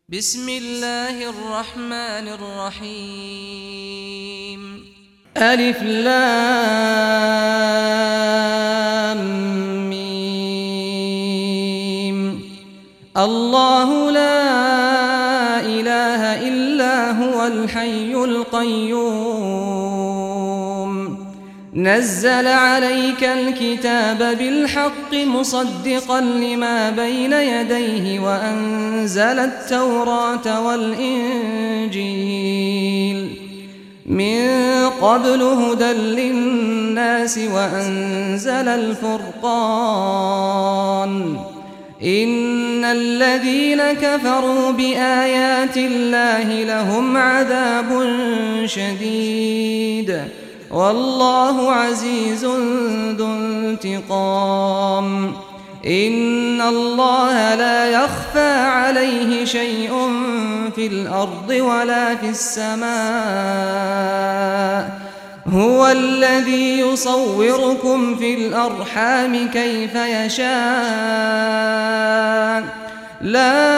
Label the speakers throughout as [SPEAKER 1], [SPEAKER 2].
[SPEAKER 1] بسم الله الرحمن الرحيم
[SPEAKER 2] ألف لام ميم. الله لا إله إلا هو الحي القيوم نزل عليك الكتاب بالحق مصدقا لما بين يديه وأنزل التوراة والإنجيل من قبل هدى للناس وأنزل الفرقان إن الذين كفروا بآيات الله لهم عذاب شديد والله عزيز ذو انتقام إن الله لا يخفى عليه شيء في الأرض ولا في السماء هو الذي يصوركم في الأرحام كيف يشاء لا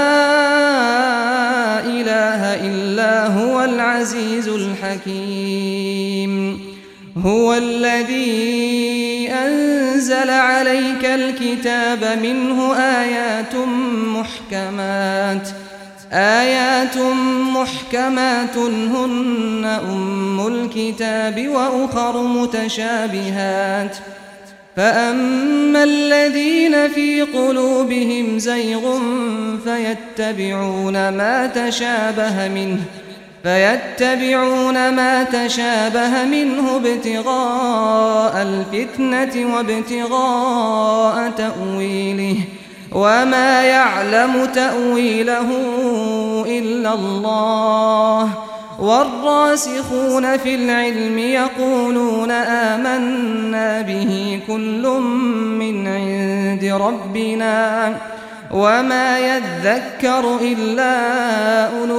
[SPEAKER 2] إله إلا هو العزيز الحكيم هو الذي أنزل عليك الكتاب منه آيات محكمات هن أم الكتاب وأخر متشابهات فأما الذين في قلوبهم زيغ فيتبعون ما تشابه منه ابتغاء الفتنة وابتغاء تأويله وما يعلم تأويله إلا الله والراسخون في العلم يقولون آمنا به كل من عند ربنا وما يذكر إلا أولو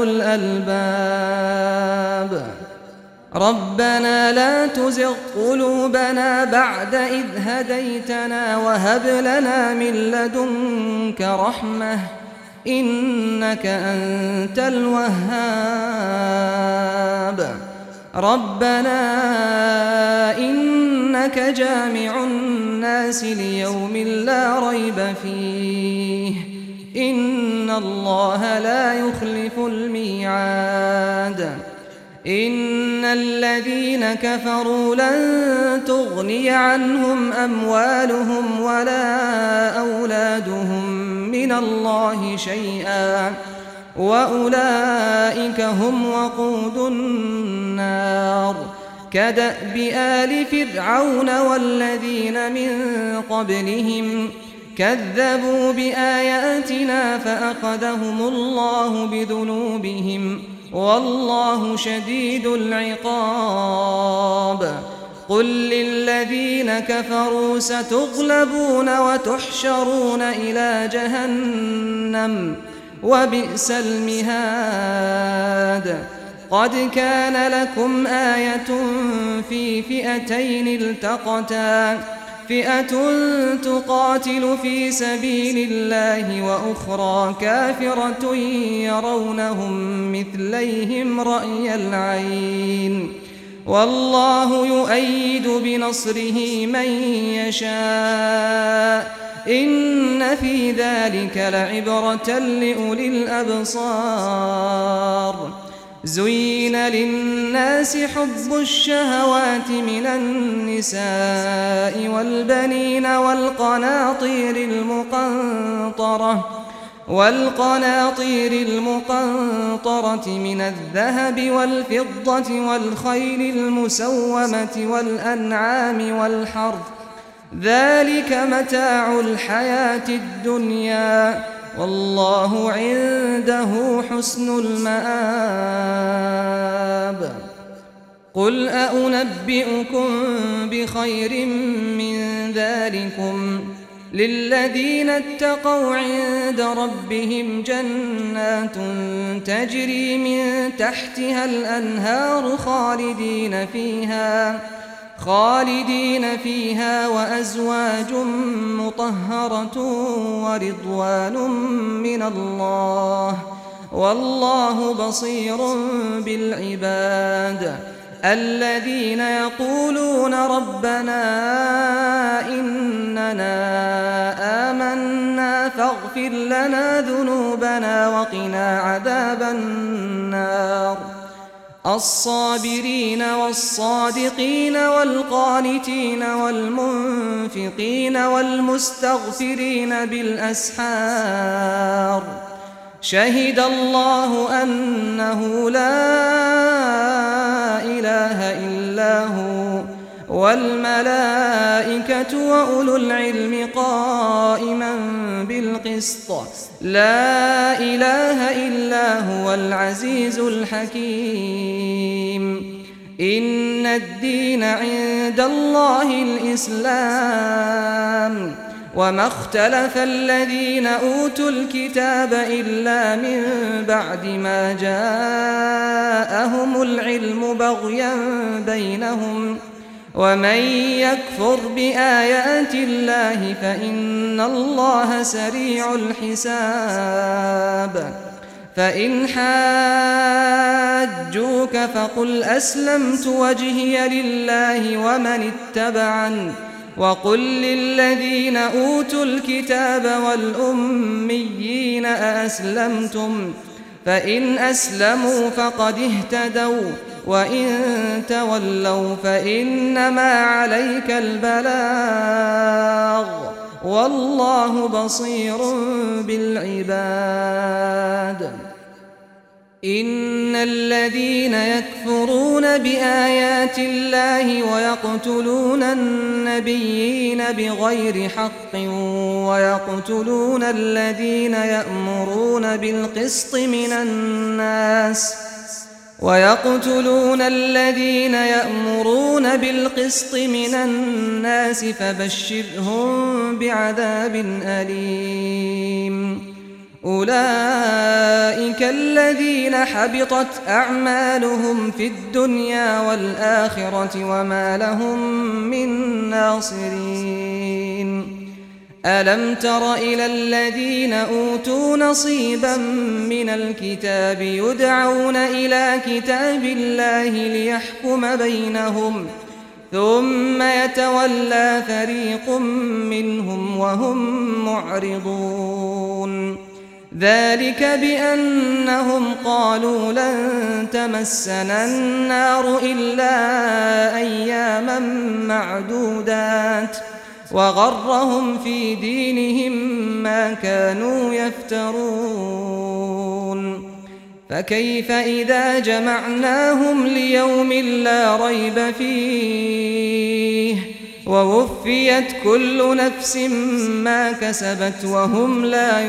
[SPEAKER 2] الألباب ربنا لا تزغ قلوبنا بعد إذ هديتنا وهب لنا من لدنك رحمة إنك أنت الوهاب ربنا إنك جامع الناس ليوم لا ريب فيه إن الله لا يخلف الميعاد إن الذين كفروا لن تغني عنهم أموالهم ولا أولادهم من الله شيئا وأولئك هم وقود النار كدأب آل فرعون والذين من قبلهم كذبوا بآياتنا فأخذهم الله بذنوبهم والله شديد العقاب قل للذين كفروا ستغلبون وتحشرون إلى جهنم وبئس المهاد قد كان لكم آية في فئتين التقتا فئة تقاتل في سبيل الله وأخرى كافرة يرونهم مثليهم رأي العين والله يؤيد بنصره من يشاء إن في ذلك لعبرة لأولي الأبصار زين للناس حب الشهوات من النساء والبنين والقناطير المقنطرة من الذهب والفضة والخيل المسومة والأنعام والحرث ذلك متاع الحياة الدنيا والله عنده حسن المآب قل أنبئكم بخير من ذلكم للذين اتقوا عند ربهم جنات تجري من تحتها الأنهار خالدين فيها وأزواج مطهرة ورضوان من الله والله بصير بالعباد الذين يقولون ربنا إننا آمنا فاغفر لنا ذنوبنا وقنا عذاب النار الصابرين والصادقين والقانتين والمنفقين والمستغفرين بالأسحار شهد الله أنه لا إله إلا هو والملائكة وأولو العلم قائما بالقسط لا إله إلا هو العزيز الحكيم إن الدين عند الله الإسلام وما اختلف الذين أوتوا الكتاب إلا من بعد ما جاءهم العلم بغيا بينهم ومن يكفر بآيات الله فإن الله سريع الحساب فإن حاجوك فقل أسلمت وجهي لله ومن اتبعني وقل للذين أوتوا الكتاب والأميين أأسلمتم فإن أسلموا فقد اهتدوا وإن تولوا فإنما عليك البلاغ والله بصير بالعباد إن الذين يكفرون بآيات الله ويقتلون النبيين بغير حق ويقتلون الذين يأمرون بالقسط من الناس فبشرهم بعذاب أليم أولئك الذين حبطت أعمالهم في الدنيا والآخرة وما لهم من ناصرين ألم تر إلى الذين أوتوا نصيبا من الكتاب يدعون إلى كتاب الله ليحكم بينهم ثم يتولى فريق منهم وهم معرضون ذلك بأنهم قالوا لن تمسنا النار إلا أياما معدودات وغرهم في دينهم ما كانوا يفترون فكيف إذا جمعناهم ليوم لا ريب فيه ووفيت كل نفس ما كسبت وهم لا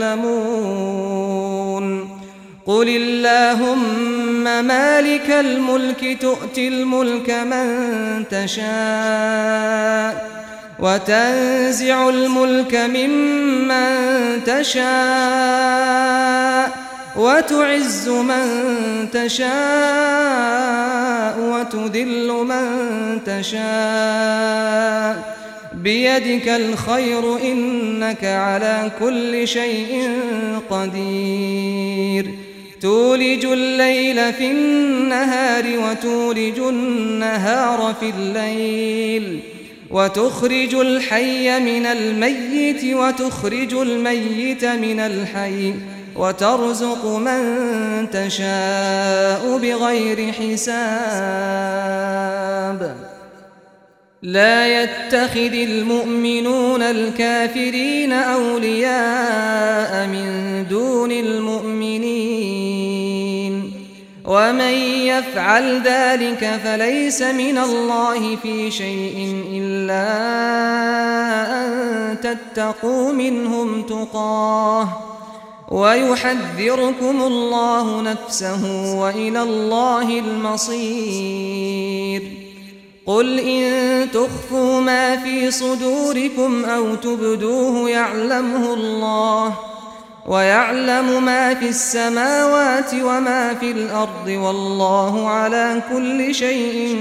[SPEAKER 2] يظلمون قل اللهم مالك الملك تؤتي الملك من تشاء وتنزع الملك ممن تشاء وتعز من تشاء وتذل من تشاء بيدك الخير إنك على كل شيء قدير تولج الليل في النهار وتولج النهار في الليل وتخرج الحي من الميت وتخرج الميت من الحي وترزق من تشاء بغير حساب لا يتخذ المؤمنون الكافرين أولياء من دون المؤمنين ومن يفعل ذلك فليس من الله في شيء إلا أن تتقوا منهم تقاه ويحذركم الله نفسه وإلى الله المصير قل إن تخفوا ما في صدوركم أو تبدوه يعلمه الله ويعلم ما في السماوات وما في الأرض والله على كل شيء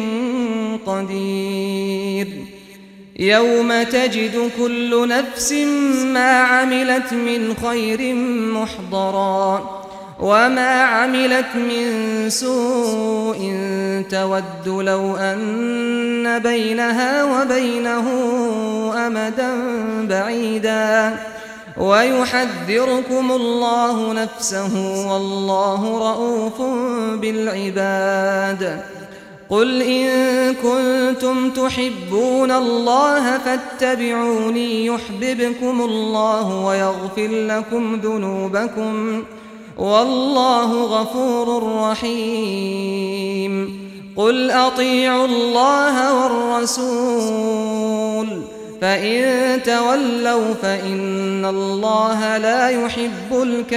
[SPEAKER 2] قدير يوم تجد كل نفس ما عملت من خير محضرا وما عملت من سوء تود لو أن بينها وبينه أمدا بعيدا ويحذركم الله نفسه والله رؤوف بالعباد. قل إن كنتم تحبون الله فاتبعوني يحببكم الله ويغفر لكم ذنوبكم والله غفور رحيم. قل أطيعوا الله والرسول فإن تولوا فإن الله لا يحب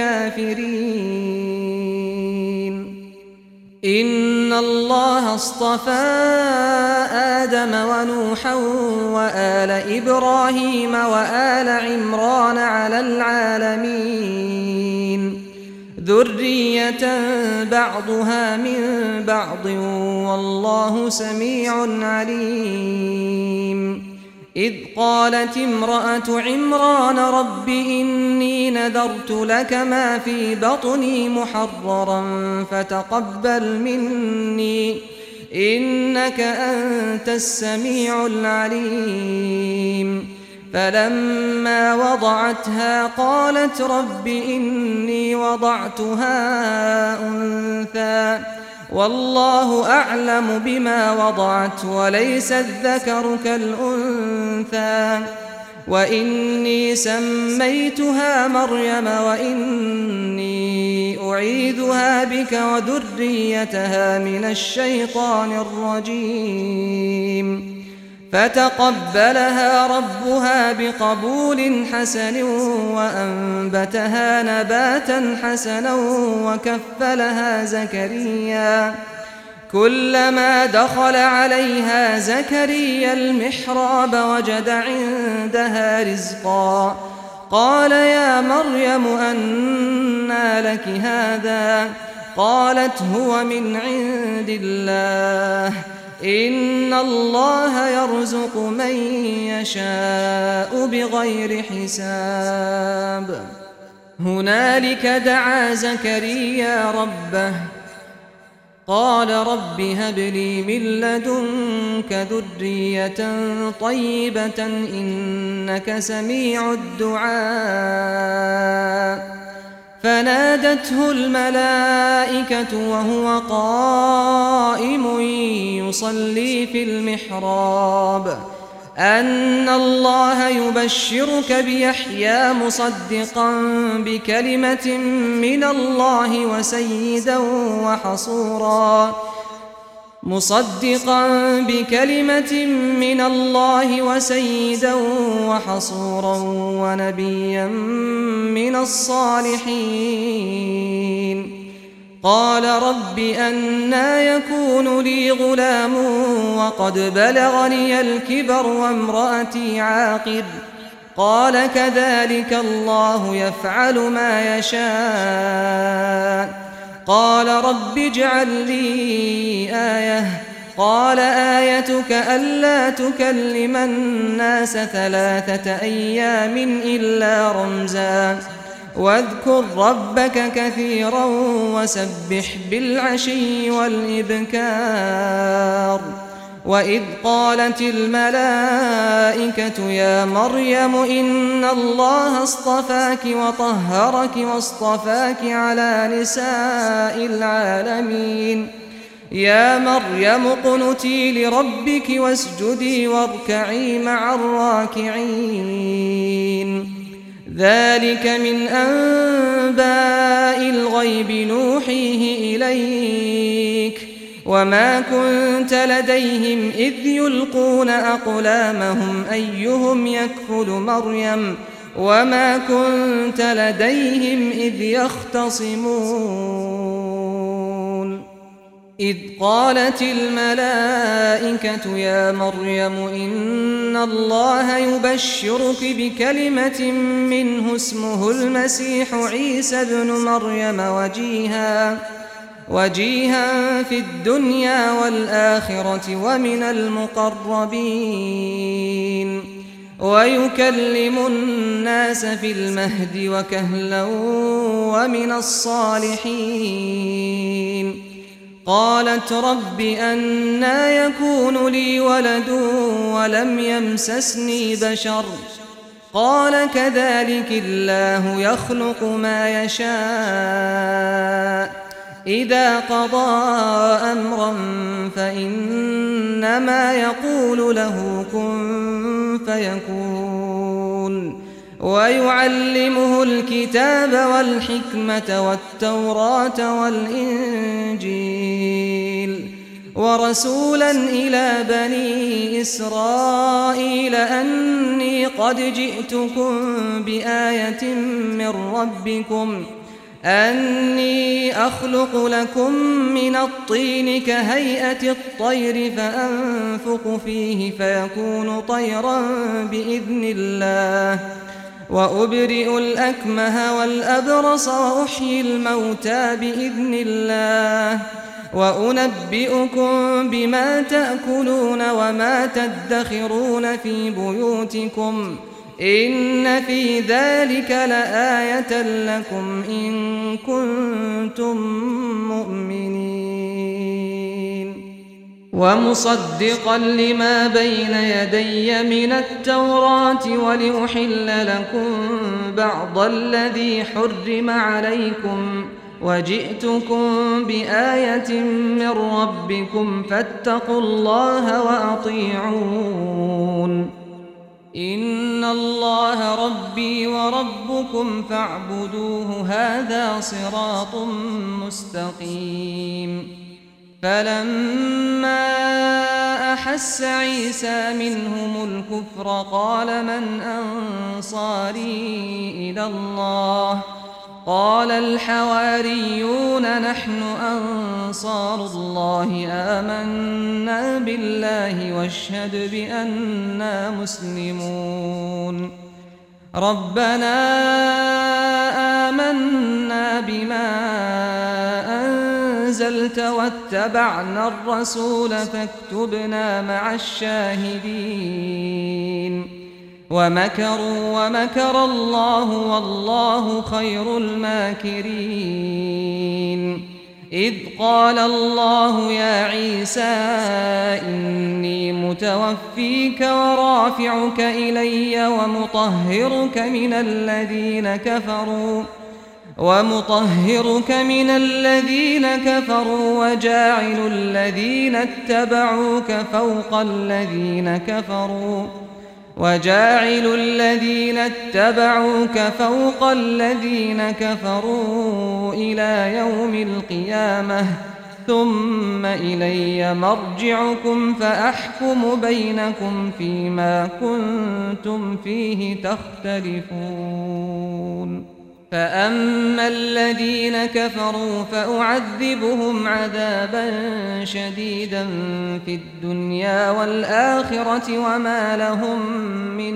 [SPEAKER 2] الكافرين. إن الله اصطفى آدم ونوحا وآل إبراهيم وآل عمران على العالمين ذرية بعضها من بعض والله سميع عليم. إذ قالت امرأة عمران رب إني نذرت لك ما في بطني محررا فتقبل مني إنك أنت السميع العليم. فلما وضعتها قالت رب إني وضعتها أنثى والله أعلم بما وضعت وليس الذكر كالأنثى وإني سميتها مريم وإني أعيذها بك وذريتها من الشيطان الرجيم. فتقبلها ربها بقبول حسن وأنبتها نباتا حسنا وكفلها زكريا. كلما دخل عليها زكريا المحراب وجد عندها رزقا قال يا مريم أنى لك هذا قالت هو من عند الله إن الله يرزق من يشاء بغير حساب. هنالك دعا زكريا ربه قال رب هب لي من لدنك ذرية طيبة إنك سميع الدعاء. فنادته الملائكة وهو قائم يصلي في المحراب أن الله يبشرك بيحيى مصدقا بكلمة من الله وسيدا وحصورا ونبيا من الصالحين. قال رب أنى يكون لي غلام وقد بلغني الكبر وامرأتي عاقر قال كذلك الله يفعل ما يشاء. قال رب اجعل لي آية قال آيتك ألا تكلم الناس 3 أيام إلا رمزا واذكر ربك كثيرا وسبح بالعشي والإبكار. وإذ قالت الملائكة يا مريم إن الله اصطفاك وطهرك واصطفاك على نساء العالمين يا مريم اقنتي لربك واسجدي واركعي مع الراكعين. ذلك من أنباء الغيب نوحيه إليك وما كنت لديهم إذ يلقون أقلامهم أيهم يكفل مريم وما كنت لديهم إذ يختصمون. إذ قالت الملائكة يا مريم إن الله يبشرك بكلمة منه اسمه المسيح عيسى ابن مريم وجيها في الدنيا والآخرة ومن المقربين. ويكلم الناس في المهد وكهلا ومن الصالحين. قالت رب أنى يكون لي ولد ولم يمسسني بشر قال كذلك الله يخلق ما يشاء إذا قضى أمرا فإنما يقول له كن فيكون. ويعلمه الكتاب والحكمة والتوراة والإنجيل ورسولا إلى بني إسرائيل أني قد جئتكم بآية من ربكم أني أخلق لكم من الطين كهيئة الطير فأنفخ فيه فيكون طيرا بإذن الله وأبرئ الأكمه والأبرص وأحيي الموتى بإذن الله وأنبئكم بما تأكلون وما تدخرون في بيوتكم إن في ذلك لآية لكم إن كنتم مؤمنين. ومصدقا لما بين يدي من التوراة ولأحل لكم بعض الذي حرم عليكم وجئتكم بآية من ربكم فاتقوا الله وأطيعون. إن الله ربي وربكم فاعبدوه هذا صراط مستقيم. فلما أحس عيسى منهم الكفر قال من أنصاري إلى الله قال الحواريون نحن أنصار الله آمنا بالله واشهد بأننا مسلمون. ربنا آمنا بما أنزلت واتبعنا الرسول فاكتبنا مع الشاهدين. ومكروا ومكر الله والله خير الماكرين. إذ قال الله يا عيسى إني متوفيك ورافعك إلي ومطهرك من الذين كفروا وجاعل الذين اتبعوك فوق الذين كفروا إلى يوم القيامة ثم إلي مرجعكم فأحكم بينكم فيما كنتم فيه تختلفون. فأما الذين كفروا فأعذبهم عذابا شديدا في الدنيا والآخرة وما لهم من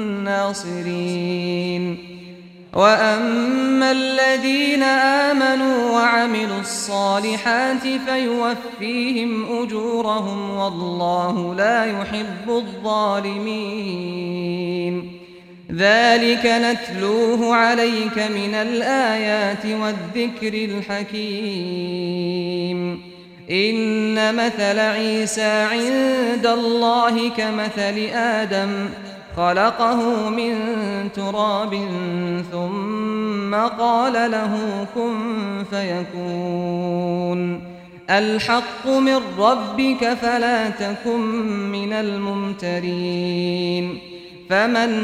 [SPEAKER 2] ناصرين. وأما الذين آمنوا وعملوا الصالحات فيوفيهم أجورهم والله لا يحب الظالمين. ذلك نتلوه عليك من الآيات والذكر الحكيم. إن مثل عيسى عند الله كمثل آدم خلقه من تراب ثم قال له كن فيكون. الحق من ربك فلا تكن من الممترين. فمن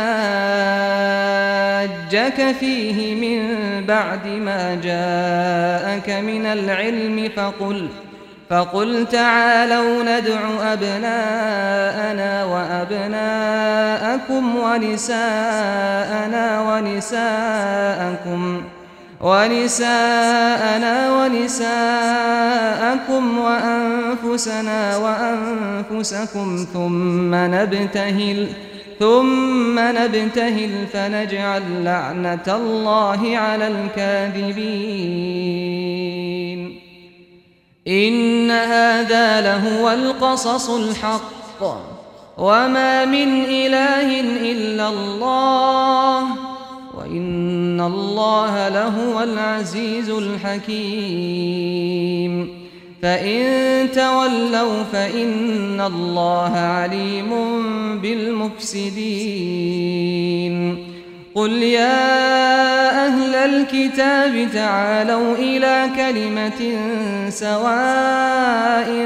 [SPEAKER 2] حاجك فيه من بعد ما جاءك من العلم فقل تعالوا ندع أبناءنا وأبناءكم ونساءنا ونساءكم وأنفسنا وأنفسكم ثم نبتهل فنجعل لعنة الله على الكاذبين. إن هذا لهو القصص الحق وما من إله إلا الله وإن الله لهو العزيز الحكيم فإن تولوا فإن الله عليم بالمفسدين قل يا أهل الكتاب تعالوا إلى كلمة سواء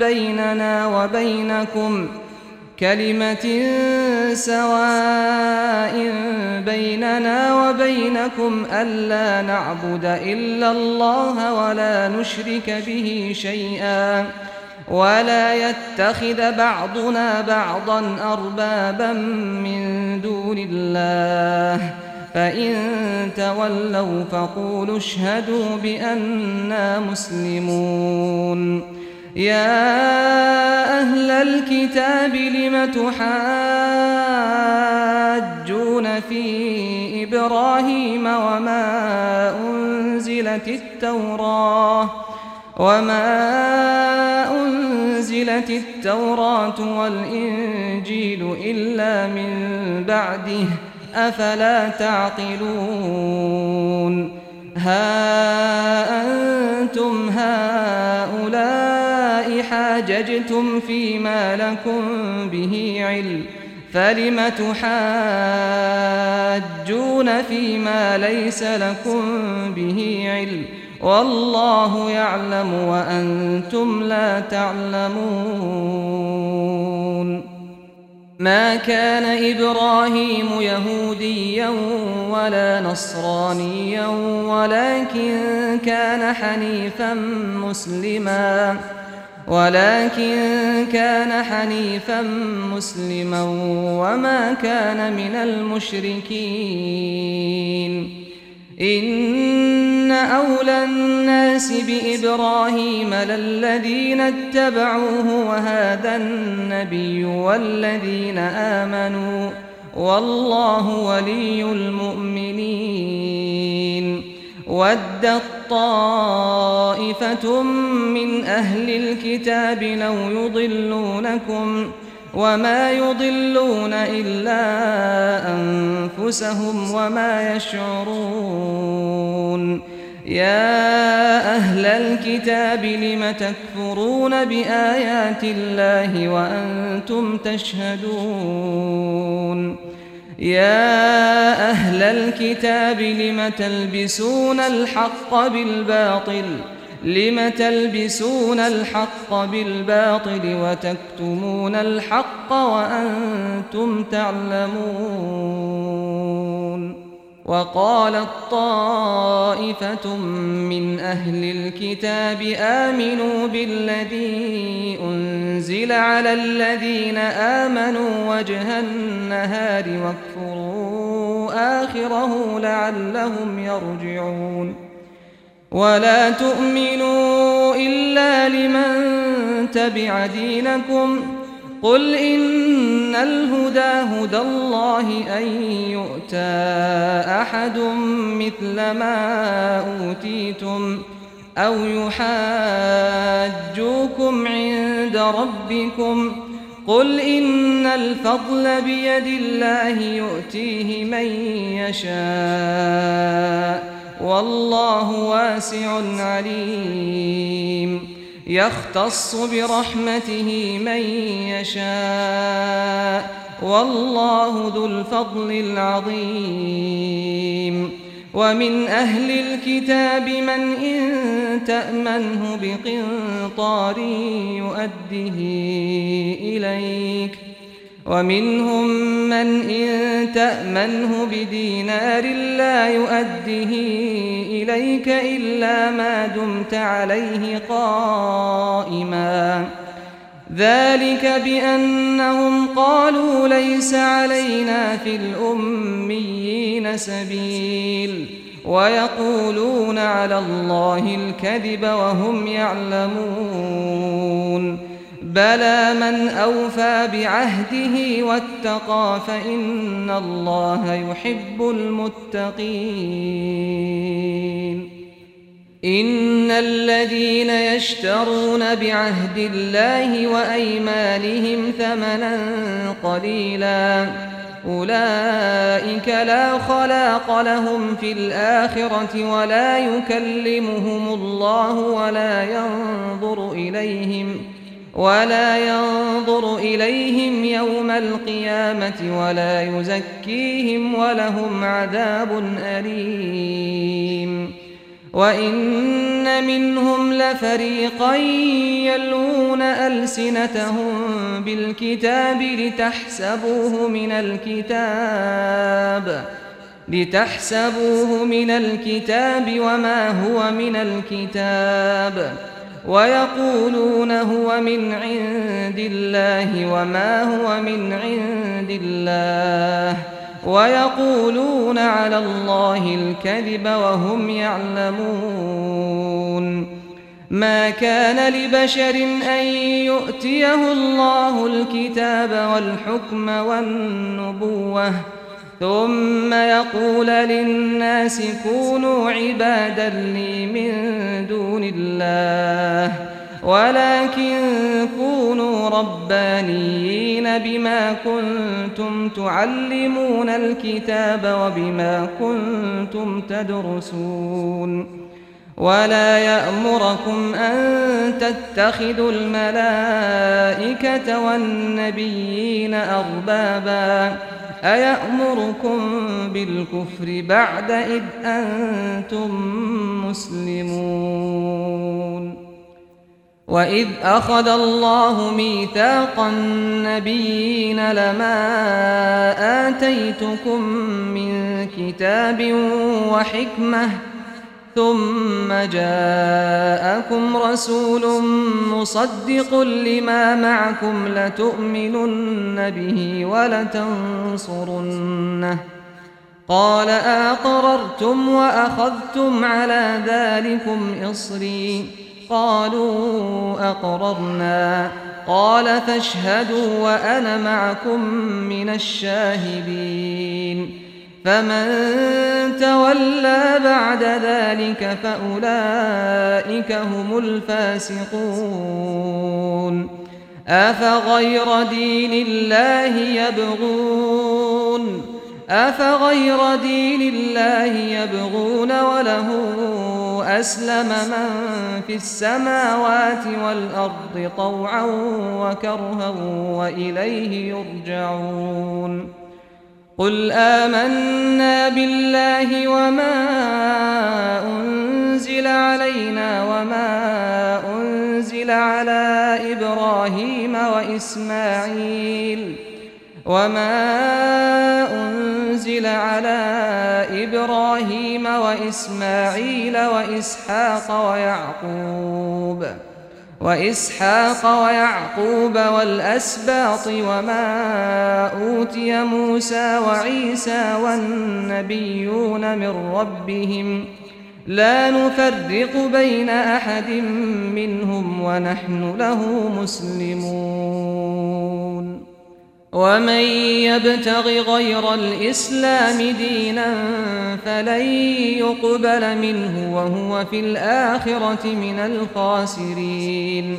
[SPEAKER 2] بيننا وبينكم ألا نعبد إلا الله ولا نشرك به شيئا ولا يتخذ بعضنا بعضا أربابا من دون الله فإن تولوا فقولوا اشهدوا بأننا مسلمون يا أهل الكتاب لم تحاجون في إبراهيم وما أنزلت التوراة والإنجيل إلا من بعده أفلا تعقلون ها أنتم هؤلاء حاججتم فيما لكم به علم فلم تحاجون فيما ليس لكم به علم والله يعلم وأنتم لا تعلمون ما كان إبراهيم يهوديا ولا نصرانيا ولكن كان حنيفا مسلما وما كان من المشركين إن أولى الناس بإبراهيم للذين اتبعوه وهذا النبي والذين آمنوا والله ولي المؤمنين ودت طائفة من أهل الكتاب لو يضلونكم وما يضلون إلا أنفسهم وما يشعرون يا أهل الكتاب لم تكفرون بآيات الله وأنتم تشهدون يا أهل الكتاب لم تلبسون الحق بالباطل وتكتمون الحق وأنتم تعلمون وقالت طائفة من أهل الكتاب آمنوا بالذي أنزل على الذين آمنوا وجه النهار واكفروا آخره لعلهم يرجعون ولا تؤمنوا إلا لمن تبع دينكم قل إن الهدى هدى الله أن يؤتى أحد مثل ما أوتيتم أو يحاجوكم عند ربكم قل إن الفضل بيد الله يؤتيه من يشاء والله واسع عليم يختص برحمته من يشاء والله ذو الفضل العظيم ومن أهل الكتاب من إن تأمنه بقنطار يؤده إليك ومنهم من إن تأمنه بدينار لا يؤده إليك إلا ما دمت عليه قائما ذلك بأنهم قالوا ليس علينا في الأميين سبيل ويقولون على الله الكذب وهم يعلمون بلى من أوفى بعهده واتقى فإن الله يحب المتقين إن الذين يشترون بعهد الله وأيمانهم ثمنا قليلا أولئك لا خلاق لهم في الآخرة ولا يكلمهم الله ولا ينظر إليهم يوم القيامة ولا يزكيهم ولهم عذاب أليم وإن منهم لفريقا يلوون ألسنتهم بالكتاب لتحسبوه من الكتاب وما هو من الكتاب ويقولون هو من عند الله وما هو من عند الله ويقولون على الله الكذب وهم يعلمون ما كان لبشر أن يؤتيه الله الكتاب والحكم والنبوة ثم يقول للناس كونوا عبادا لي من دون الله ولكن كونوا ربانيين بما كنتم تعلمون الكتاب وبما كنتم تدرسون ولا يأمركم أن تتخذوا الملائكة والنبيين أربابا أيأمركم بالكفر بعد إذ أنتم مسلمون وإذ أخذ الله ميثاق النبيين لما آتيتكم من كتاب وحكمة ثم جاءكم رسول مصدق لما معكم لتؤمنن به ولتنصرنه قال أقررتم وأخذتم على ذلكم إصري قالوا أقررنا قال فاشهدوا وأنا معكم من الشاهدين فمن تولى بعد ذلك فأولئك هم الفاسقون أفغير دين الله يبغون وله أسلم من في السماوات والأرض طوعا وكرها وإليه يرجعون قل آمنا بالله وما أنزل علينا وما أنزل على إبراهيم وإسماعيل وإسحاق ويعقوب والأسباط وما أوتي موسى وعيسى والنبيون من ربهم لا نفرق بين أحد منهم ونحن له مسلمون ومن يبتغ غير الإسلام دينا فلن يقبل منه وهو في الآخرة من الخاسرين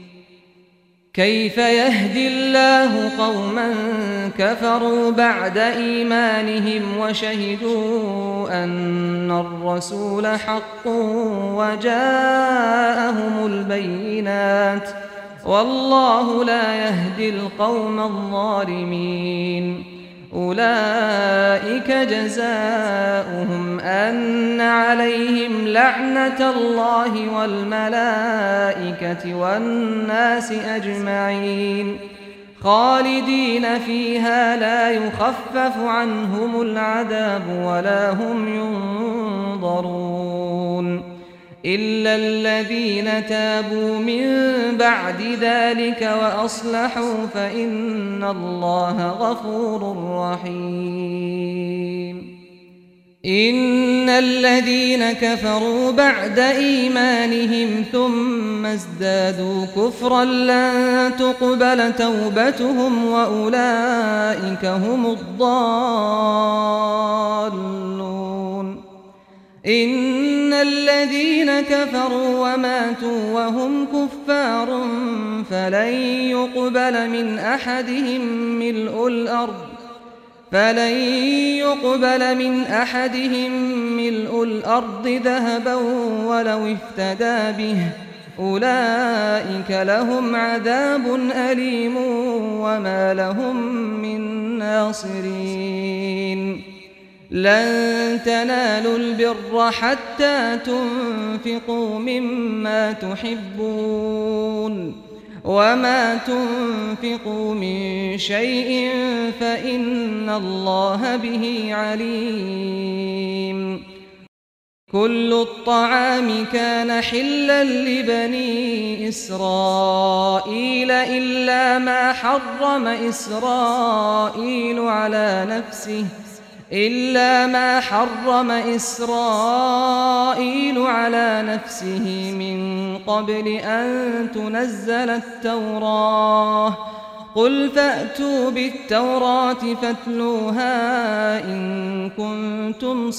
[SPEAKER 2] كيف يهدي الله قوما كفروا بعد إيمانهم وشهدوا أن الرسول حق وجاءهم البينات والله لا يهدي القوم الظالمين أولئك جزاؤهم أن عليهم لعنة الله والملائكة والناس أجمعين خالدين فيها لا يخفف عنهم العذاب ولا هم ينظرون إلا الذين تابوا من بعد ذلك وأصلحوا فإن الله غفور رحيم إن الذين كفروا بعد إيمانهم ثم ازدادوا كفرا لن تقبل توبتهم وأولئك هم الضالون إن الذين كفروا وماتوا وهم كفار فلن يقبل من أحدهم ملء الأرض ذهبا ولو افتدى به أولئك لهم عذاب أليم وما لهم من ناصرين لن تنالوا البر حتى تنفقوا مما تحبون وما تنفقوا من شيء فإن الله به عليم كل الطعام كان حلا لبني إسرائيل إلا ما حرم إسرائيل على نفسه من قبل أن تنزل التوراة قل فأتوا بالتوراة فاتلوها إن كنتم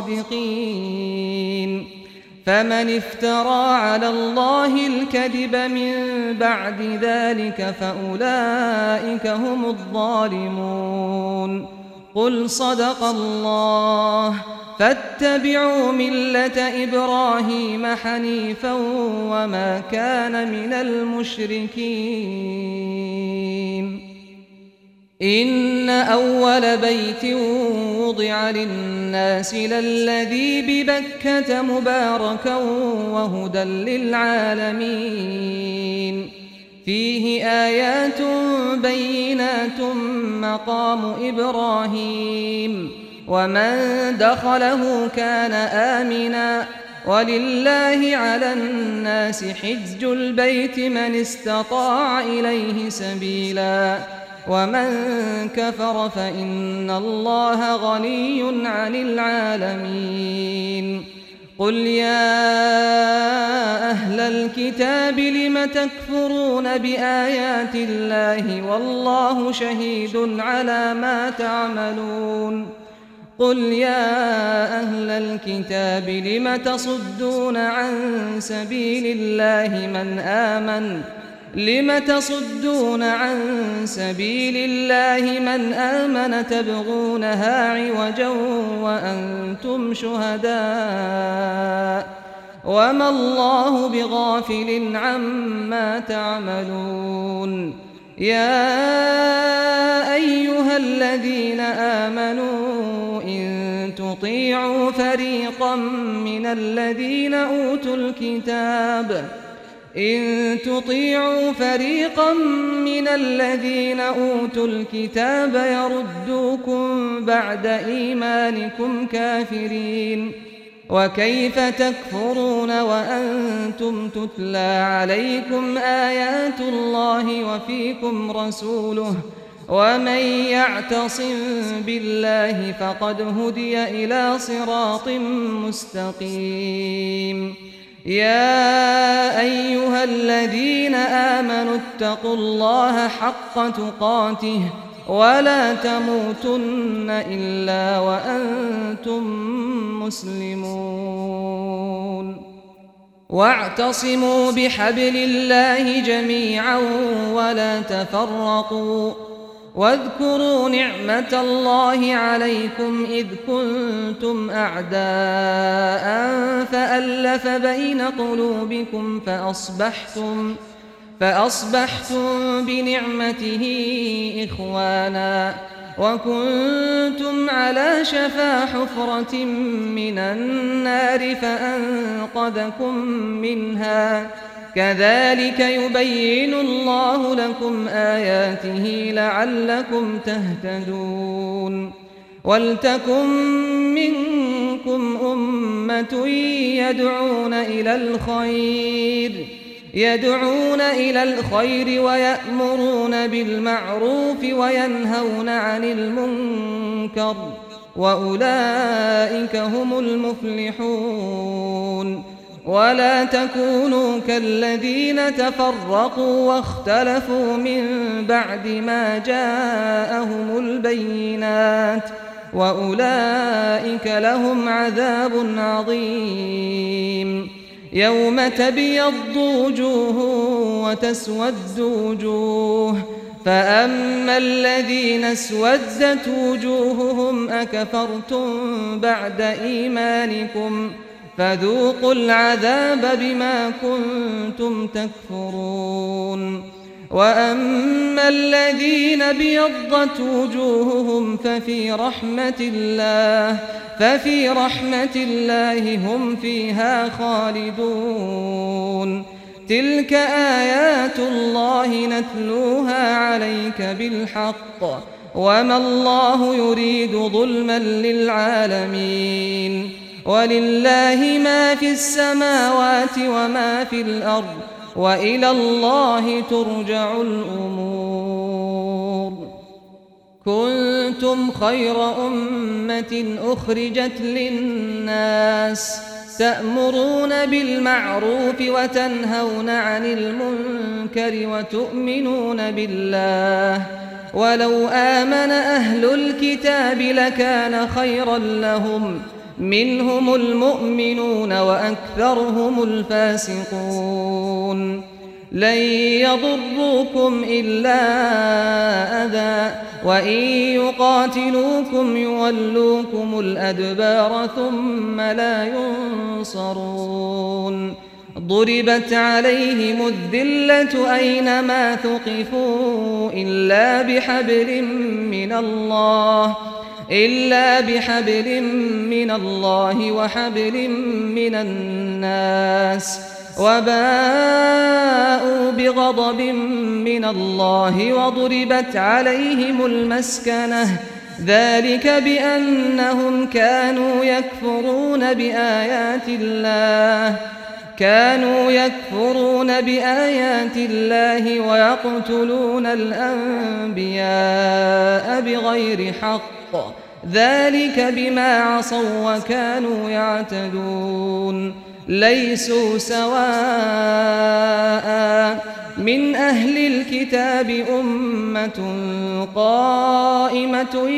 [SPEAKER 2] صادقين فمن افترى على الله الكذب من بعد ذلك فأولئك هم الظالمون قل صدق الله فاتبعوا ملة إبراهيم حنيفا وما كان من المشركين إن أول بيت وضع للناس للذي ببكة مباركا وهدى للعالمين فيه آيات بينات مقام إبراهيم ومن دخله كان آمنا ولله على الناس حج البيت من استطاع إليه سبيلا ومن كفر فإن الله غني عن العالمين قل يا أهل الكتاب لم تكفرون بآيات الله والله شهيد على ما تعملون قل يا أهل الكتاب لم تصدون عن سبيل الله من آمن تبغونها عوجا وأنتم شهداء وما الله بغافل عما تعملون يا أيها الذين آمنوا إن تطيعوا فريقا من الذين أوتوا الكتاب يردوكم بعد إيمانكم كافرين وكيف تكفرون وأنتم تتلى عليكم آيات الله وفيكم رسوله ومن يعتصم بالله فقد هدي إلى صراط مستقيم يا أيها الذين آمنوا اتقوا الله حق تقاته ولا تموتن إلا وأنتم مسلمون واعتصموا بحبل الله جميعا ولا تفرقوا واذكروا نعمة الله عليكم إذ كنتم أعداء فألف بين قلوبكم فأصبحتم بنعمته إخوانا وكنتم على شفا حفرة من النار فأنقذكم منها كذلك يبين الله لكم آياته لعلكم تهتدون ولتكن منكم أمة يدعون إلى الخير ويأمرون بالمعروف وينهون عن المنكر وأولئك هم المفلحون ولا تكونوا كالذين تفرقوا واختلفوا من بعد ما جاءهم البينات وأولئك لهم عذاب عظيم. يوم تبيض وجوه وتسود وجوه، فأما الذين اسودت وجوههم أكفرتم بعد إيمانكم فذوقوا العذاب بما كنتم تكفرون. وأما الذين ابيضت وجوههم ففي رحمة الله هم فيها خالدون. تلك آيات الله نتلوها عليك بالحق، وما الله يريد ظلما للعالمين. ولله ما في السماوات وما في الأرض، وإلى الله ترجع الأمور. كنتم خير أمة أخرجت للناس تأمرون بالمعروف وتنهون عن المنكر وتؤمنون بالله. ولو آمن أهل الكتاب لكان خيرا لهم، منهم المؤمنون وأكثرهم الفاسقون. لن يضروكم إلا أذى، وإن يقاتلوكم يولوكم الأدبار ثم لا ينصرون. ضربت عليهم الذلة أينما ثقفوا إلا بحبل من الله وحبل من الناس، وباءوا بغضب من الله وضربت عليهم المسكنة، ذلك بأنهم كانوا يكفرون بآيات الله ويقتلون الأنبياء بغير حق، ذلك بما عصوا وكانوا يعتدون. ليسوا سواء، من أهل الكتاب أمة قائمة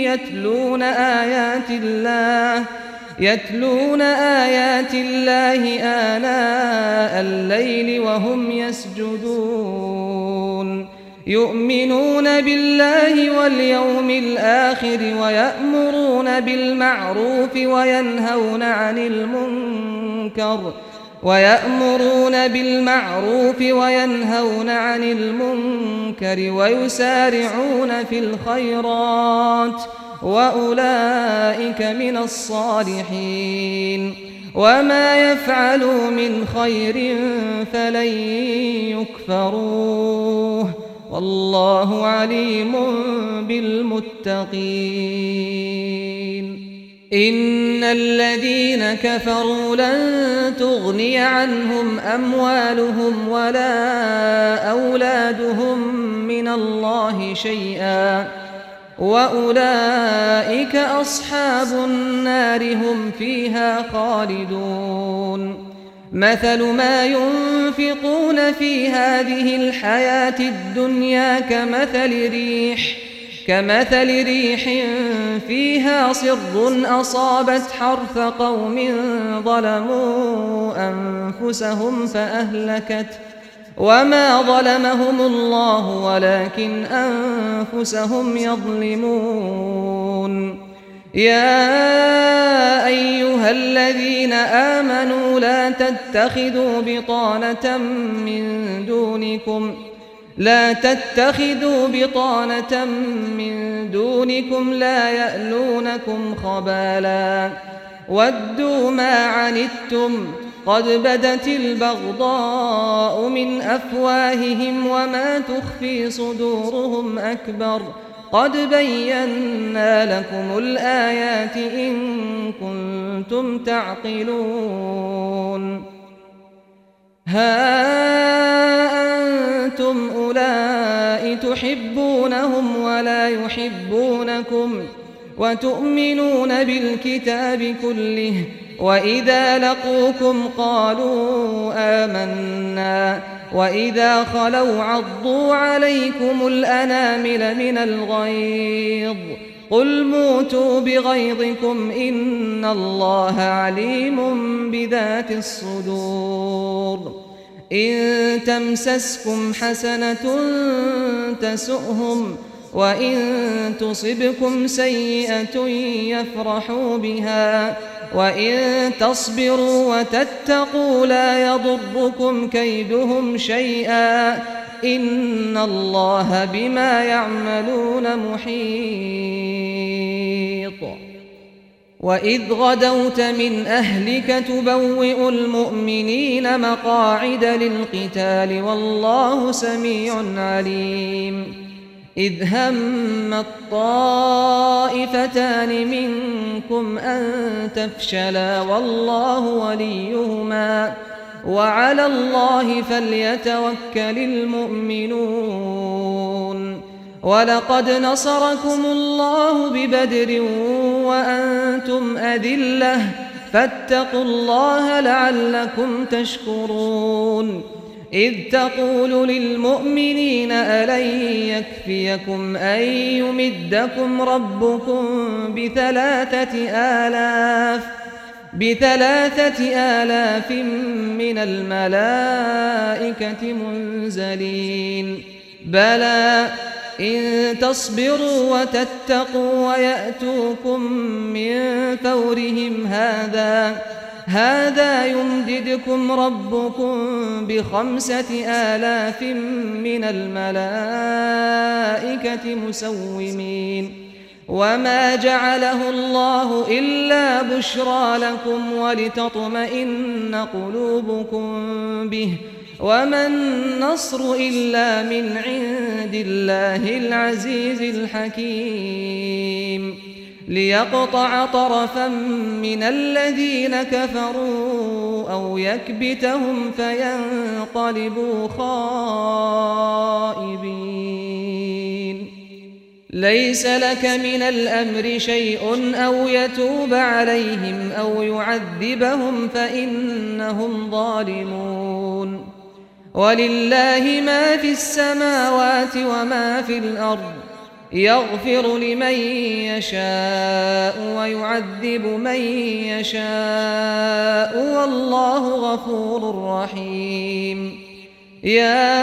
[SPEAKER 2] يتلون آيات الله آناء الليل وهم يسجدون، يؤمنون بالله واليوم الآخر ويأمرون بالمعروف وينهون عن المنكر ويسارعون في الخيرات، وأولئك من الصالحين. وما يفعلوا من خير فلن يكفروه، والله عليم بالمتقين. إن الذين كفروا لن تغني عنهم أموالهم ولا أولادهم من الله شيئا، وأولئك أصحاب النار هم فيها خالدون. مثل ما ينفقون في هذه الحياة الدنيا كمثل ريح فيها صر أصابت حرث قوم ظلموا أنفسهم فأهلكت، وما ظلمهم الله ولكن أنفسهم يظلمون. يا أيها الذين آمنوا لا تتخذوا بطانة من دونكم لا يألونكم خبالا ودوا ما عنتم قد بدت البغضاء من أفواههم وما تخفي صدورهم أكبر قد بينا لكم الآيات إن كنتم تعقلون. ها أنتم أولئك تحبونهم ولا يحبونكم وتؤمنون بالكتاب كله، وإذا لقوكم قالوا آمنا وإذا خلوا عضوا عليكم الأنامل من الغيظ قل موتوا بغيظكم إن الله عليم بذات الصدور إن تمسسكم حسنة تسؤهم وإن تصبكم سيئة يفرحوا بها وإن تصبروا وتتقوا لا يضركم كيدهم شيئا إن الله بما يعملون محيط وإذ غدوت من أهلك تبوئ المؤمنين مقاعد للقتال والله سميع عليم إذ هم الطائفتان منكم أن تفشلا والله وليهما وعلى الله فليتوكل المؤمنون ولقد نصركم الله ببدر وأنتم أذلة فاتقوا الله لعلكم تشكرون إذ تقول للمؤمنين ألن يكفيكم أن يمدكم ربكم بثلاثة آلاف من الملائكة منزلين بلى إن تصبروا وتتقوا ويأتوكم من فورهم هذا يمددكم ربكم ب5,000 من الملائكة مسومين وما جعله الله إلا بشرى لكم ولتطمئن قلوبكم به وما النصر إلا من عند الله العزيز الحكيم ليقطع طرفا من الذين كفروا أو يكبتهم فينقلبوا خائبين ليس لك من الأمر شيء أو يتوب عليهم أو يعذبهم فإنهم ظالمون ولله ما في السماوات وما في الأرض يغفر لمن يشاء ويعذب من يشاء والله غفور رحيم يا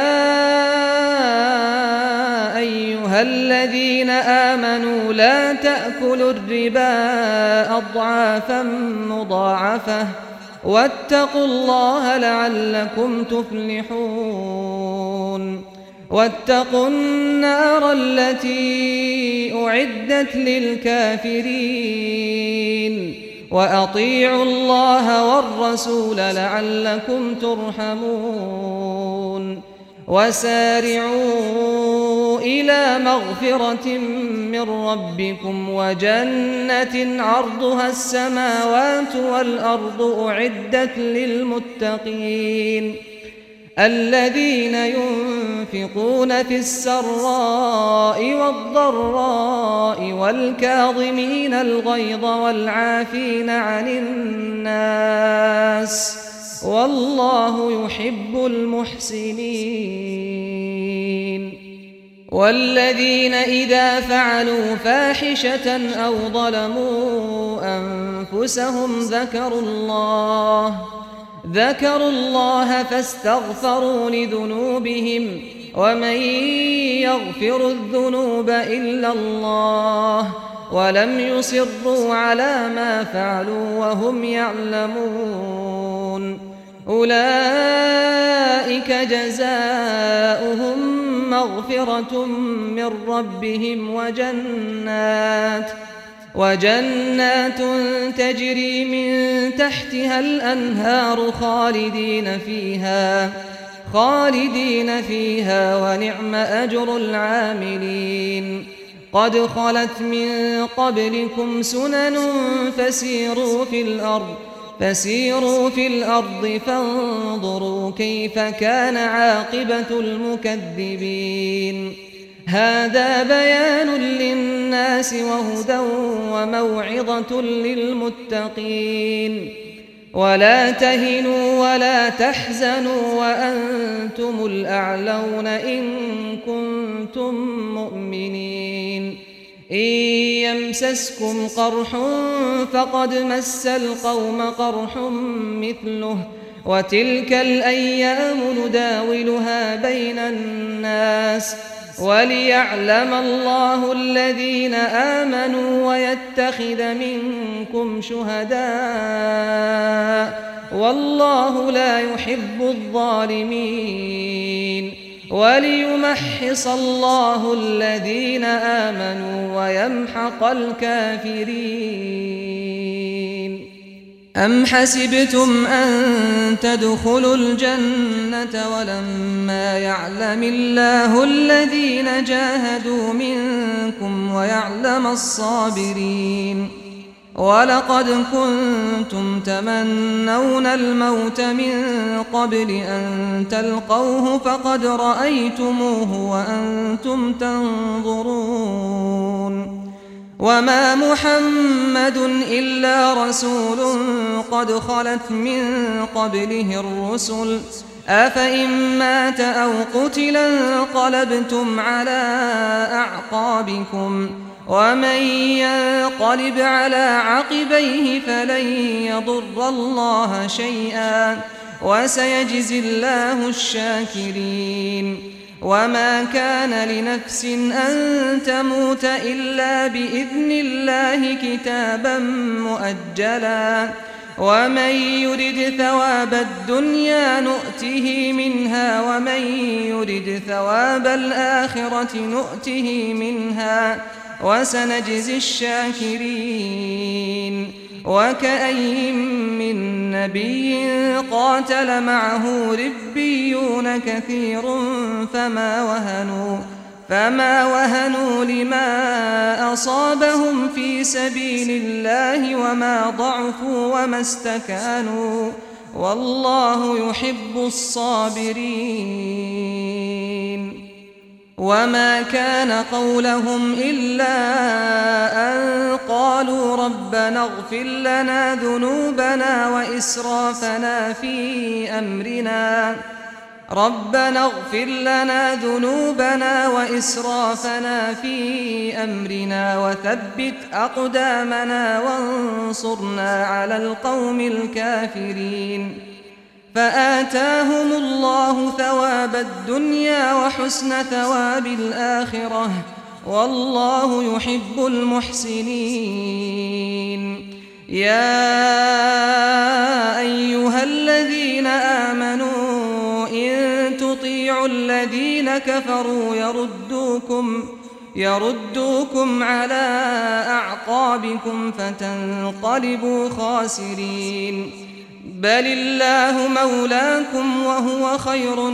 [SPEAKER 2] أيها الذين آمنوا لا تأكلوا الربا أضعافا مضاعفة واتقوا الله لعلكم تفلحون واتقوا النار التي أعدت للكافرين وأطيعوا الله والرسول لعلكم ترحمون وسارعوا إلى مغفرة من ربكم وجنة عرضها السماوات والأرض أعدت للمتقين الذين ينفقون في السراء والضراء والكاظمين الغيظ والعافين عن الناس والله يحب المحسنين والذين إذا فعلوا فاحشة أو ظلموا أنفسهم ذكروا الله فاستغفروا لذنوبهم ومن يغفر الذنوب إلا الله ولم يصروا على ما فعلوا وهم يعلمون أولئك جزاؤهم مغفرة من ربهم وجنات تجري من تحتها الأنهار خالدين فيها ونعم أجر العاملين قد خلت من قبلكم سنن فسيروا في الأرض فانظروا كيف كان عاقبة المكذبين هذا بيان للناس وهدى وموعظة للمتقين ولا تهنوا ولا تحزنوا وأنتم الأعلون إن كنتم مؤمنين إن يمسسكم قرح فقد مس القوم قرح مثله وتلك الأيام نداولها بين الناس وليعلم الله الذين آمنوا ويتخذ منكم شهداء والله لا يحب الظالمين وليمحص الله الذين آمنوا ويمحق الكافرين. أم حسبتم أن تدخلوا الجنة ولما يعلم الله الذين جاهدوا منكم ويعلم الصابرين ولقد كنتم تمنون الموت من قبل أن تلقوه فقد رأيتموه وأنتم تنظرون وما محمد إلا رسول قد خلت من قبله الرسل أفإن مات أو قتلا انقلبتم على أعقابكم ومن ينقلب على عقبيه فلن يضر الله شيئا وسيجزي الله الشاكرين. وما كان لنفس أن تموت إلا بإذن الله كتابا مؤجلا ومن يرد ثواب الدنيا نؤته منها ومن يرد ثواب الآخرة نؤته منها وسنجزي الشاكرين. وكأي من نبي قاتل معه ربيون كثير فما وهنوا لما أصابهم في سبيل الله وما ضعفوا وما استكانوا والله يحب الصابرين. وما كان قولهم إلا أن قالوا ربنا اغفر لنا ذنوبنا وإسرافنا في أمرنا وثبت أقدامنا وانصرنا على القوم الكافرين. فآتاهم الله ثواب الدنيا وحسن ثواب الآخرة والله يحب المحسنين. يا أيها الذين آمنوا إن تطيعوا الذين كفروا يردوكم على أعقابكم فتنقلبوا خاسرين. بل الله مولاكم وهو خير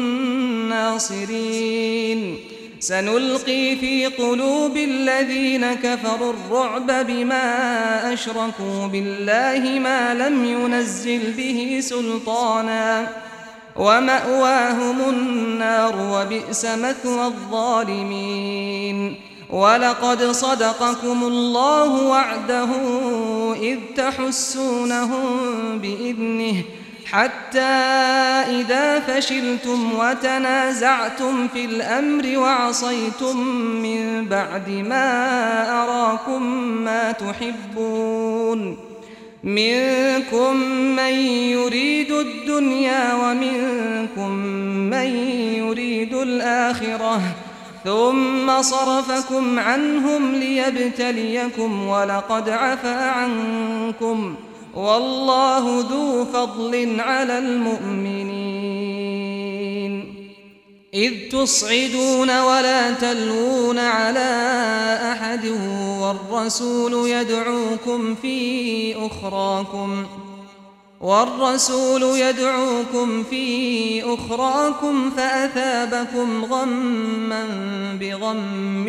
[SPEAKER 2] الناصرين. سنلقي في قلوب الذين كفروا الرعب بما أشركوا بالله ما لم ينزل به سلطانا ومأواهم النار وبئس مثوى الظالمين. ولقد صدقكم الله وعده إذ تحسونهم بإذنه حتى إذا فشلتم وتنازعتم في الأمر وعصيتم من بعد ما أراكم ما تحبون منكم من يريد الدنيا ومنكم من يريد الآخرة ثم صرفكم عنهم ليبتليكم ولقد عفا عنكم والله ذو فضل على المؤمنين. إذ تصعدون ولا تلوون على أحد والرسول يدعوكم في أخراكم فأثابكم غما بغم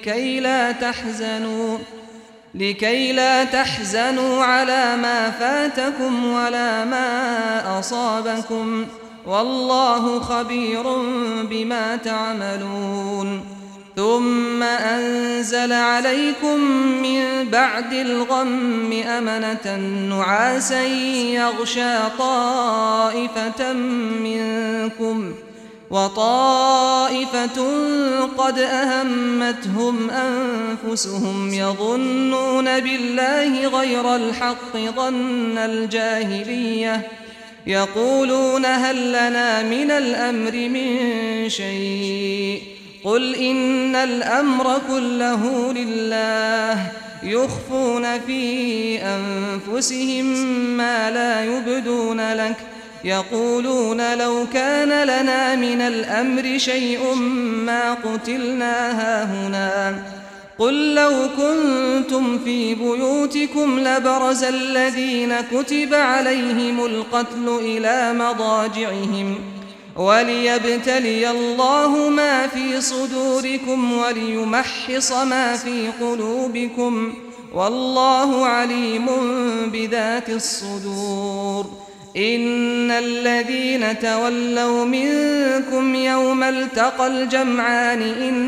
[SPEAKER 2] لكي لا تحزنوا على ما فاتكم ولا ما أصابكم والله خبير بما تعملون. ثم أنزل عليكم من بعد الغم أمنة نعاسا يغشى طائفة منكم وطائفة قد أهمتهم أنفسهم يظنون بالله غير الحق ظن الجاهلية يقولون هل لنا من الأمر من شيء قل إن الأمر كله لله يخفون في أنفسهم ما لا يبدون لك يقولون لو كان لنا من الأمر شيء ما قتلنا هاهنا قل لو كنتم في بيوتكم لبرز الذين كتب عليهم القتل إلى مضاجعهم وليبتلي الله ما في صدوركم وليمحص ما في قلوبكم والله عليم بذات الصدور إن الذين تولوا منكم يوم التقى الجمعان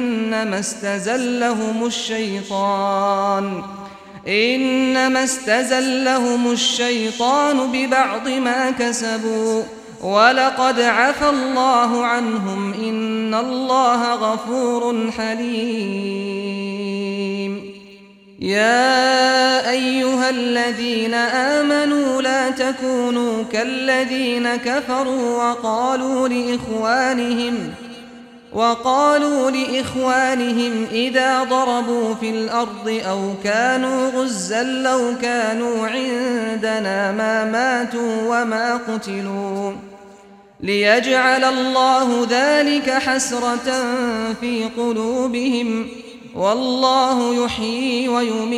[SPEAKER 2] إنما استزلهم الشيطان ببعض ما كسبوا ولقد عفى الله عنهم إن الله غفور حليم يا أيها الذين آمنوا لا تكونوا كالذين كفروا وقالوا لإخوانهم إذا ضربوا في الأرض أو كانوا غزا لو كانوا عندنا ما ماتوا وما قتلوا ليجعل الله ذلك حسرة في قلوبهم والله يحيي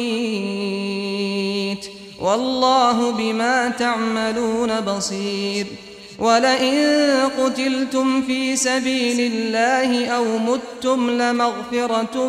[SPEAKER 2] ويميت والله بما تعملون بصير ولئن قتلتم في سبيل الله أو متم لمغفرة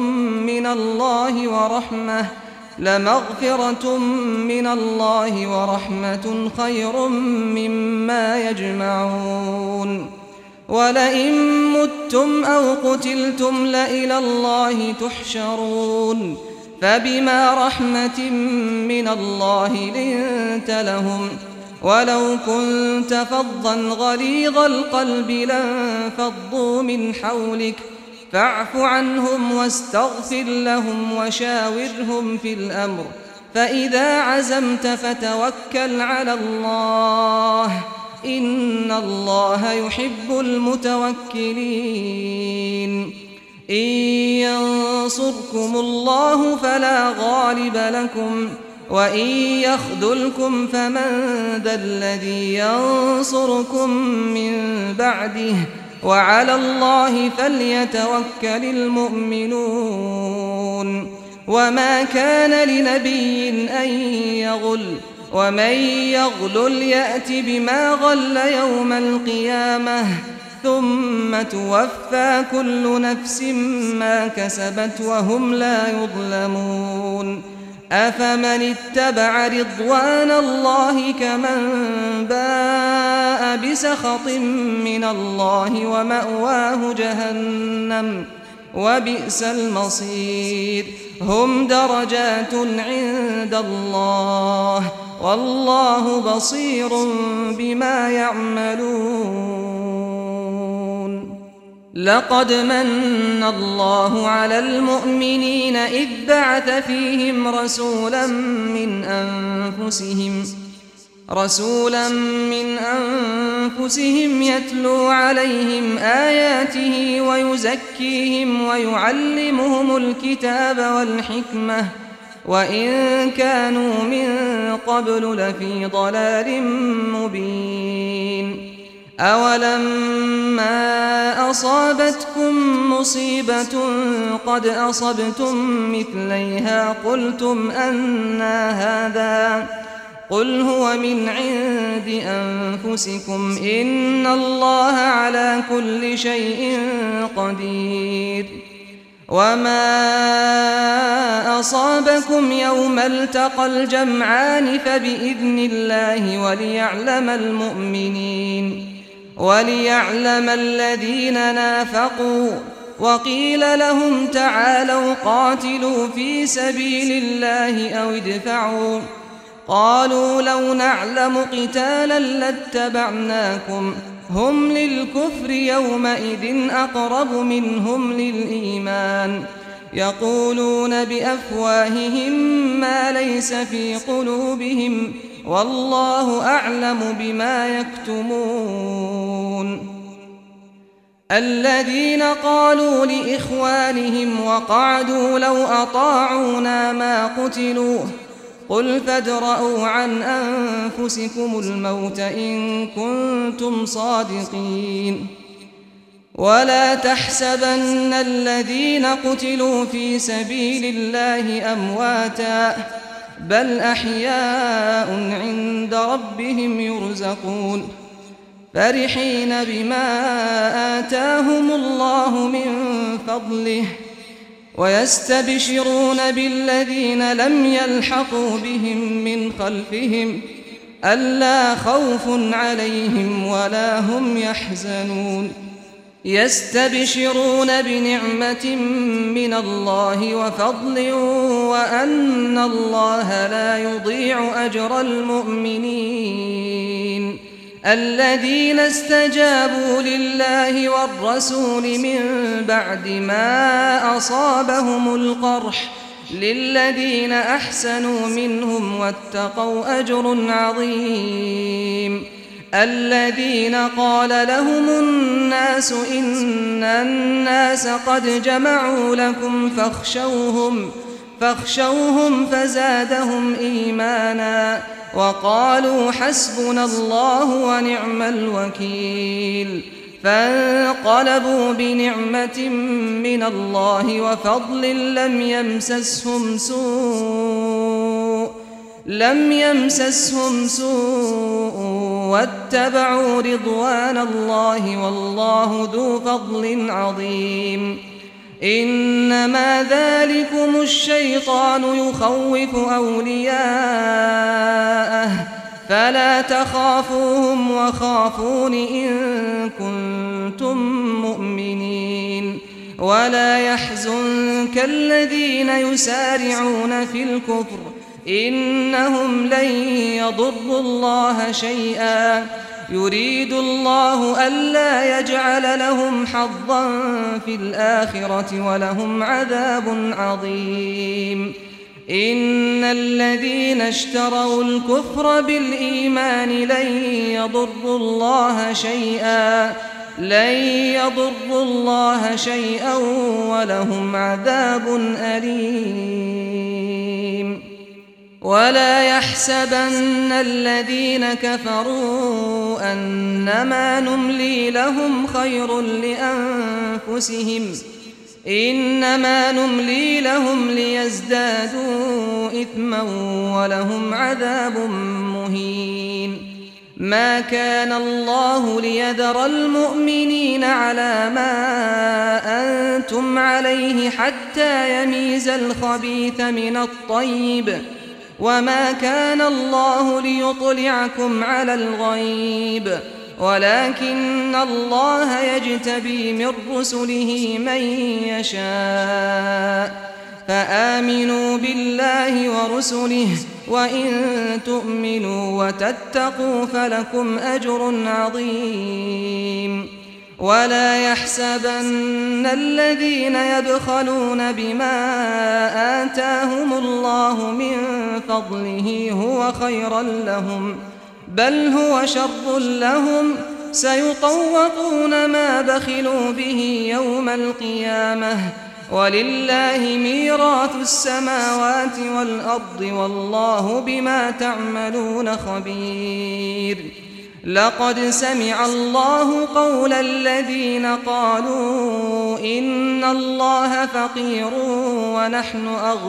[SPEAKER 2] من الله ورحمة خير مما يجمعون ولئن متم أو قتلتم لإلى الله تحشرون فبما رحمة من الله لنت لهم ولو كنت فظا غليظ القلب لانفضوا من حولك فاعف عنهم واستغفر لهم وشاورهم في الأمر فإذا عزمت فتوكل على الله إن الله يحب المتوكلين إن ينصركم الله فلا غالب لكم وإن يخذلكم فمن ذا الذي ينصركم من بعده وعلى الله فليتوكل المؤمنون وما كان لنبي أن يغل ومن يغلل يأت بما غل يوم القيامة ثم توفى كل نفس ما كسبت وهم لا يظلمون أفمن اتبع رضوان الله كمن باء بسخط من الله ومأواه جهنم وبئس المصير هم درجات عند الله والله بصير بما يعملون لقد من الله على المؤمنين إذ بعث فيهم رسولا من أنفسهم يتلو عليهم آياته ويزكيهم ويعلمهم الكتاب والحكمة وإن كانوا من قبل لفي ضلال مبين أولما أصابتكم مصيبة قد أصبتم مثليها قلتم أنى هذا قل هو من عند أنفسكم إن الله على كل شيء قدير وما أصابكم يوم التقى الجمعان فبإذن الله وليعلم الذين نافقوا وقيل لهم تعالوا قاتلوا في سبيل الله أو ادفعوا قالوا لو نعلم قتالا لاتبعناكم هم للكفر يومئذ أقرب منهم للإيمان يقولون بأفواههم ما ليس في قلوبهم والله أعلم بما يكتمون الذين قالوا لإخوانهم وقعدوا لو أطاعونا ما قتلوا قل فادرءوا عن أنفسكم الموت إن كنتم صادقين ولا تحسبن الذين قتلوا في سبيل الله أمواتا بل أحياء عند ربهم يرزقون فرحين بما آتاهم الله من فضله ويستبشرون بالذين لم يلحقوا بهم من خلفهم ألا خوف عليهم ولا هم يحزنون يستبشرون بنعمة من الله وفضل وأن الله لا يضيع أجر المؤمنين الذين استجابوا لله والرسول من بعد ما أصابهم القرح للذين أحسنوا منهم واتقوا أجر عظيم الذين قال لهم الناس إن الناس قد جمعوا لكم فاخشوهم فزادهم إيمانا وقالوا حسبنا الله ونعم الوكيل فانقلبوا بنعمة من الله وفضل لم يمسسهم سوء واتبعوا رضوان الله والله ذو فضل عظيم إنما ذلكم الشيطان يخوف أولياءه فلا تخافوهم وخافون إن كنتم مؤمنين ولا يحزنك الذين يسارعون في الكفر إنهم لن يضروا الله شيئا يريد الله ألا يجعل لهم حظا في الآخرة ولهم عذاب عظيم إن الذين اشتروا الكفر بالإيمان لن يضروا الله شيئا ولهم عذاب أليم ولا يحسبن الذين كفروا أنما نملي لهم خير لأنفسهم إنما نملي لهم ليزدادوا إثما ولهم عذاب مهين ما كان الله ليذر المؤمنين على ما أنتم عليه حتى يميز الخبيث من الطيب وما كان الله ليطلعكم على الغيب ولكن الله يجتبي من رسله من يشاء فآمنوا بالله ورسله وإن تؤمنوا وتتقوا فلكم أجر عظيم ولا يحسبن الذين يبخلون بما آتاهم الله من فضله هو خيرا لهم بل هو شر لهم سيطوقون ما بخلوا به يوم القيامة ولله ميراث السماوات والأرض والله بما تعملون خبير لقد سمع الله قول الذين قالوا إن الله فقير ونحن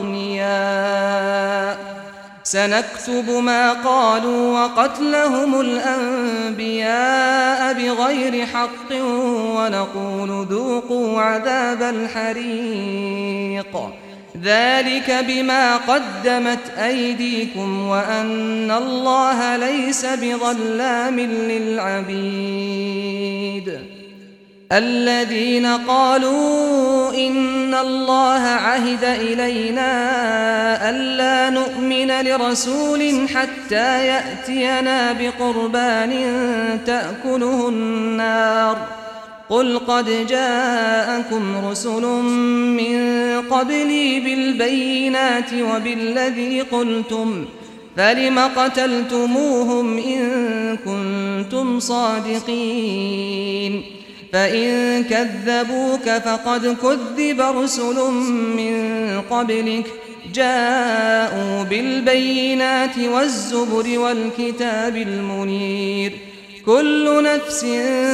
[SPEAKER 2] أغنياء سنكتب ما قالوا وقتلهم الأنبياء بغير حق ونقول ذوقوا عذاب الحريق ذلك بما قدمت أيديكم وأن الله ليس بظلام للعبيد الذين قالوا إن الله عهد إلينا ألا نؤمن لرسول حتى يأتينا بقربان تأكله النار قل قد جاءكم رسل من قبلي بالبينات وبالذي قلتم فلم قتلتموهم إن كنتم صادقين فإن كذبوك فقد كذب رسل من قبلك جاءوا بالبينات والزبر والكتاب المنير كل نفس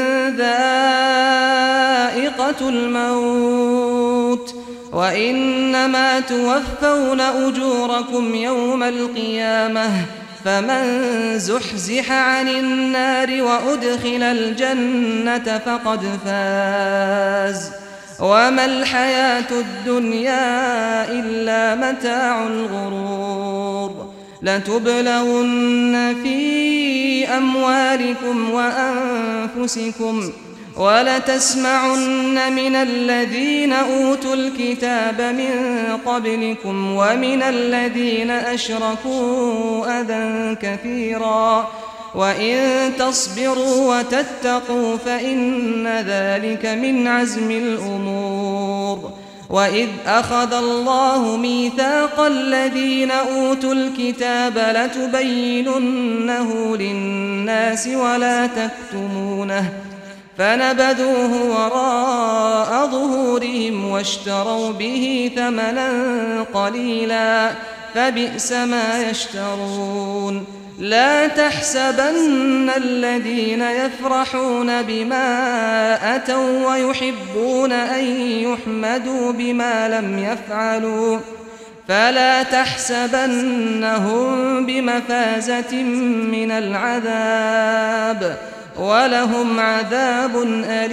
[SPEAKER 2] ذائقة الموت وإنما توفون أجوركم يوم القيامة فمن زحزح عن النار وأدخل الجنة فقد فاز وما الحياة الدنيا إلا متاع الغرور لتبلغن في أموالكم وأنفسكم ولتسمعن من الذين أوتوا الكتاب من قبلكم ومن الذين أشركوا أذى كثيرا وإن تصبروا وتتقوا فإن ذلك من عزم الأمور وإذ أخذ الله ميثاق الذين أوتوا الكتاب لتبيننه للناس ولا تكتمونه فنبذوه وراء ظهورهم واشتروا به ثمنا قليلا فبئس ما يشترون لا تحسبن الذين يفرحون بما أتوا ويحبون أن يحمدوا بما لم يفعلوا فلا تحسبنهم بمفازة من العذاب ولهم عذاب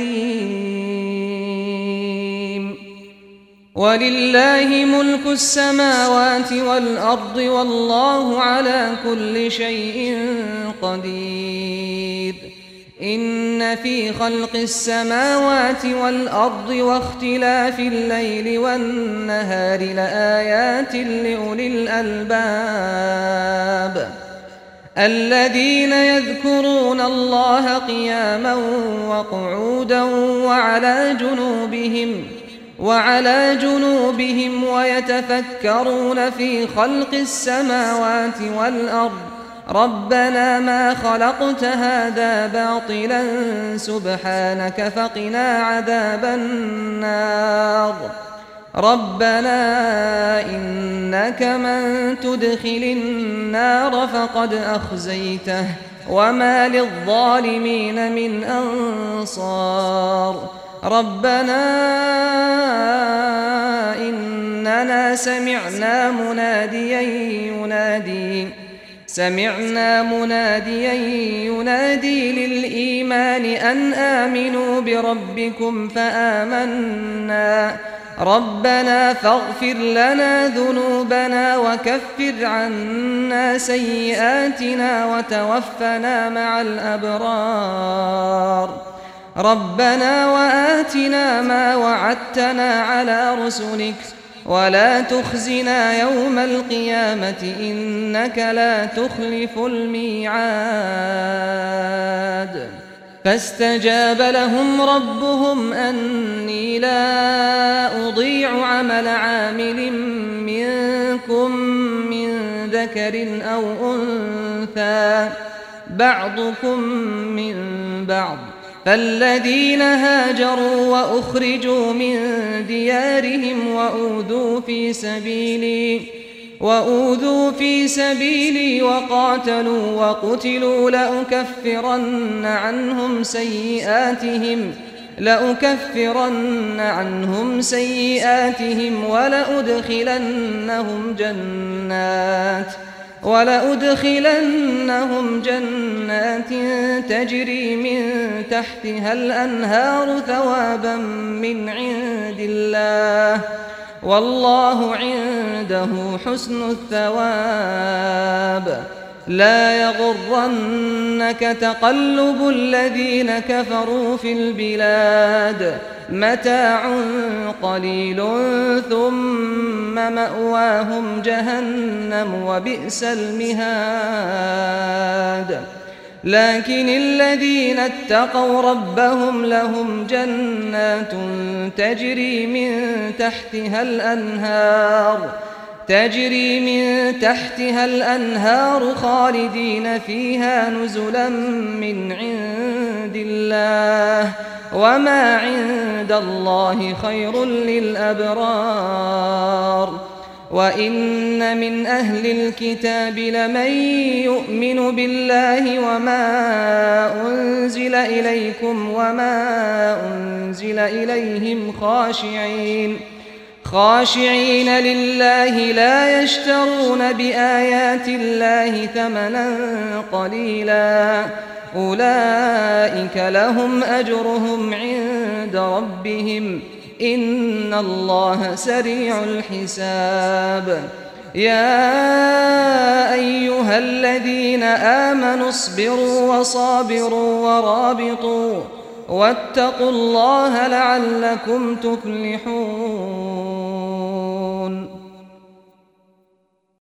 [SPEAKER 2] أليم ولله ملك السماوات والأرض والله على كل شيء قدير إن في خلق السماوات والأرض واختلاف الليل والنهار لآيات لأولي الألباب الذين يذكرون الله قياما وقعودا وعلى جنوبهم ويتفكرون في خلق السماوات والأرض ربنا ما خلقت هذا باطلا سبحانك فقنا عذاب النار ربنا إنك من تدخل النار فقد أخزيته وما للظالمين من أنصار ربنا إننا سمعنا مناديا ينادي للإيمان أن آمنوا بربكم فآمنا ربنا فاغفر لنا ذنوبنا وكفر عنا سيئاتنا وتوفنا مع الأبرار ربنا وآتنا ما وعدتنا على رسلك ولا تخزنا يوم القيامة إنك لا تخلف الميعاد فاستجاب لهم ربهم أني لا أضيع عمل عامل منكم من ذكر أو أنثى بعضكم من بعض فالذين هاجروا وأخرجوا من ديارهم وأوذوا في سبيلي وقاتلوا وقتلوا لأكفرن عنهم سيئاتهم ولأدخلنهم جنات تجري من تحتها الأنهار ثوابا من عند الله والله عنده حسن الثواب لا يغرنك تقلب الذين كفروا في البلاد متاع قليل ثم مأواهم جهنم وبئس المهاد لكن الذين اتقوا ربهم لهم جنات تجري من تحتها الأنهار خالدين فيها نزلا من عند الله وما عند الله خير للأبرار وإن من أهل الكتاب لمن يؤمن بالله وما أنزل إليكم وما أنزل إليهم خاشعين لله لا يشترون بآيات الله ثمنا قليلا أولئك لهم أجرهم عند ربهم إن الله سريع الحساب يا أيها الذين آمنوا اصبروا وصابروا ورابطوا واتقوا الله لعلكم تفلحون